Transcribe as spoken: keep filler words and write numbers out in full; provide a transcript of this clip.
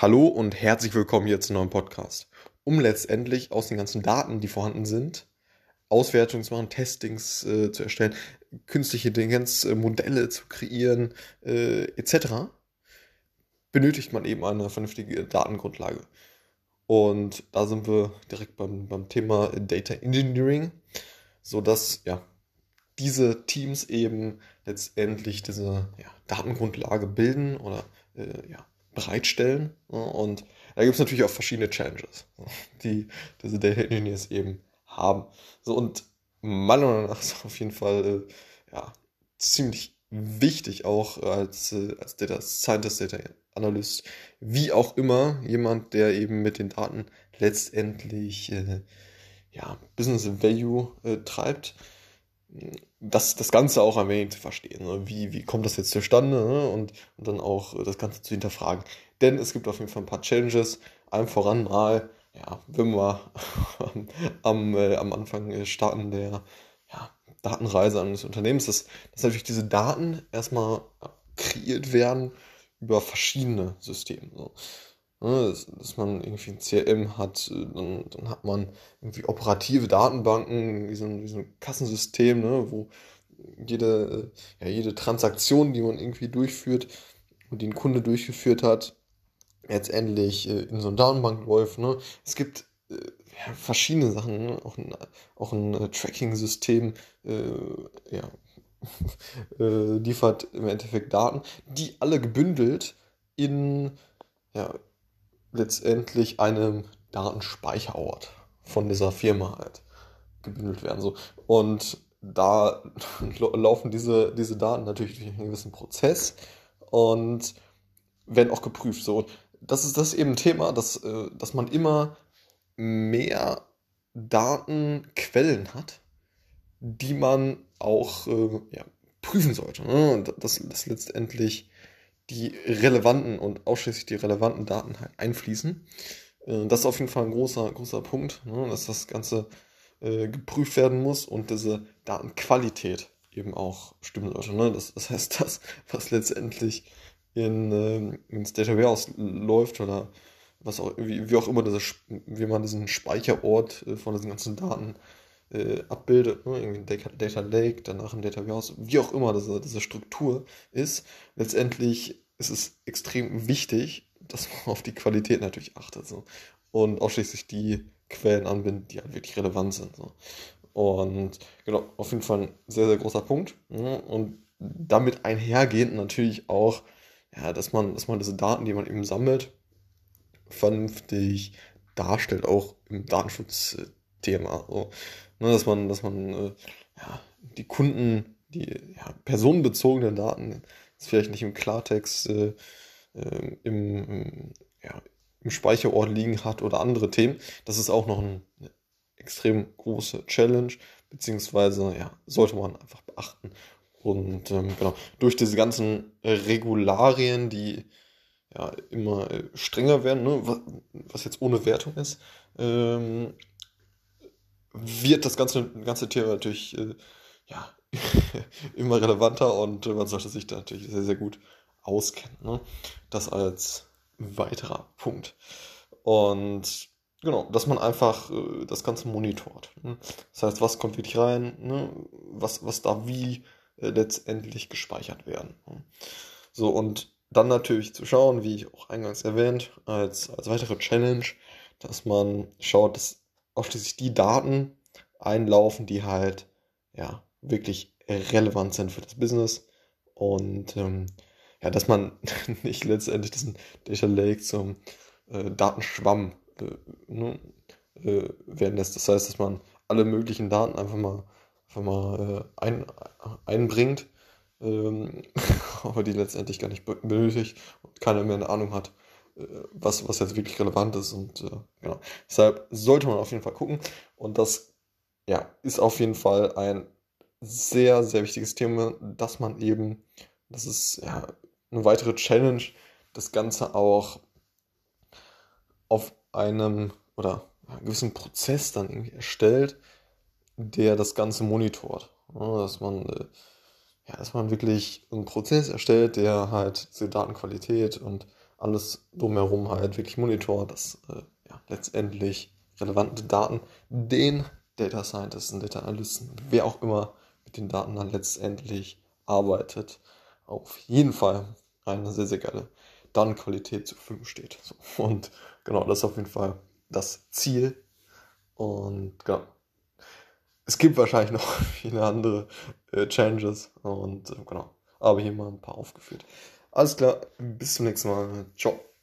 Hallo und herzlich willkommen hier zu einem neuen Podcast. Um letztendlich aus den ganzen Daten, die vorhanden sind, Auswertungen zu machen, Testings äh, zu erstellen, künstliche Intelligenz, äh, Modelle zu kreieren, äh, et cetera, benötigt man eben eine vernünftige Datengrundlage. Und da sind wir direkt beim, beim Thema Data Engineering, sodass ja, diese Teams eben letztendlich diese ja, Datengrundlage bilden oder äh, ja, bereitstellen. Ja, und da gibt es natürlich auch verschiedene Challenges, die diese Data Engineers eben haben. So, und meiner Meinung nach ist auf jeden Fall äh, ja, ziemlich wichtig auch als, äh, als Data Scientist, Data Analyst, wie auch immer, jemand, der eben mit den Daten letztendlich äh, ja, Business Value äh, treibt, das, das Ganze auch ein wenig zu verstehen. Ne? Wie, wie kommt das jetzt zustande? Ne? Und, und dann auch das Ganze zu hinterfragen. Denn es gibt auf jeden Fall ein paar Challenges. Allem voran mal, ja, wenn wir am, äh, am Anfang äh, starten der ja, Datenreise eines Unternehmens, dass, dass natürlich diese Daten erstmal kreiert werden über verschiedene Systeme. So. Ne, dass, dass man irgendwie ein C R M hat, äh, dann, dann hat man irgendwie operative Datenbanken, wie so ein, wie so ein Kassensystem, ne, wo jede, äh, ja, jede Transaktion, die man irgendwie durchführt und die ein Kunde durchgeführt hat, letztendlich äh, in so eine Datenbank läuft. Ne. Es gibt äh, ja, verschiedene Sachen, ne, auch ein, auch ein äh, Tracking-System, äh, ja, äh, liefert im Endeffekt Daten, die alle gebündelt in ja, letztendlich einem Datenspeicherort von dieser Firma halt gebündelt werden. So. Und da laufen diese, diese Daten natürlich durch einen gewissen Prozess und werden auch geprüft. So. Und das ist das ist eben ein Thema, dass, äh, dass man immer mehr Datenquellen hat, die man auch äh, ja, prüfen sollte. Ne? Und dass, dass letztendlich die relevanten und ausschließlich die relevanten Daten halt einfließen. Äh, Das ist auf jeden Fall ein großer, großer Punkt, ne, dass das Ganze äh, geprüft werden muss und diese Datenqualität eben auch stimmen sollte. Ne? Das, das heißt, das, was letztendlich in, ähm, ins Data Warehouse läuft oder was auch, wie, wie auch immer diese, wie man diesen Speicherort äh, von diesen ganzen Daten äh, abbildet, ne? Irgendwie ein Data, Data Lake, danach ein Data Warehouse, wie auch immer diese, diese Struktur ist. Letztendlich ist es extrem wichtig, dass man auf die Qualität natürlich achtet. So. Und ausschließlich die Quellen anbindet, die halt wirklich relevant sind. So. Und genau, auf jeden Fall ein sehr, sehr großer Punkt. Ne? Und damit einhergehend natürlich auch, ja, dass man, dass man diese Daten, die man eben sammelt, vernünftig darstellt, auch im Datenschutzthema. So. Ne, dass man, dass man äh, ja, die Kunden, die ja, personenbezogenen Daten, jetzt vielleicht nicht im Klartext äh, äh, im, im, ja, im Speicherort liegen hat oder andere Themen. Das ist auch noch ein, eine extrem große Challenge, beziehungsweise ja, sollte man einfach beachten. Und ähm, genau, durch diese ganzen Regularien, die ja immer äh, strenger werden, ne, was, was jetzt ohne Wertung ist, ähm, wird das ganze, ganze Thema natürlich äh, ja, immer relevanter und äh, man sollte sich da natürlich sehr, sehr gut auskennen. Ne? Das als weiterer Punkt. Und genau, dass man einfach äh, das Ganze monitort. Ne? Das heißt, was kommt wirklich rein, ne? was, was darf wie äh, letztendlich gespeichert werden. Ne? So, und dann natürlich zu schauen, wie ich auch eingangs erwähnt, als, als weitere Challenge, dass man schaut, dass ausschließlich die Daten einlaufen, die halt ja wirklich relevant sind für das Business und ähm, ja, dass man nicht letztendlich diesen Data Lake zum äh, Datenschwamm äh, ne, äh, werden lässt. Das heißt, dass man alle möglichen Daten einfach mal, einfach mal äh, ein, einbringt, ähm, aber die letztendlich gar nicht benötigt und keiner mehr eine Ahnung hat, äh, was, was jetzt wirklich relevant ist. Und äh, genau. Deshalb sollte man auf jeden Fall gucken. Und das ja, ist auf jeden Fall ein sehr, sehr wichtiges Thema, dass man eben, das ist ja eine weitere Challenge, das Ganze auch auf einem oder einem gewissen Prozess dann irgendwie erstellt, der das Ganze monitort. Ja, dass man, äh, ja, dass man wirklich einen Prozess erstellt, der halt diese Datenqualität und alles drumherum halt wirklich monitort, dass äh, ja, letztendlich relevante Daten den Data Scientisten, Data Analysten, wer auch immer mit den Daten dann letztendlich arbeitet, auf jeden Fall eine sehr, sehr geile Datenqualität zur Verfügung steht. So. Und genau, das ist auf jeden Fall das Ziel. Und genau, es gibt wahrscheinlich noch viele andere äh, Changes und äh, genau, aber hier mal ein paar aufgeführt. Alles klar, bis zum nächsten Mal. Ciao.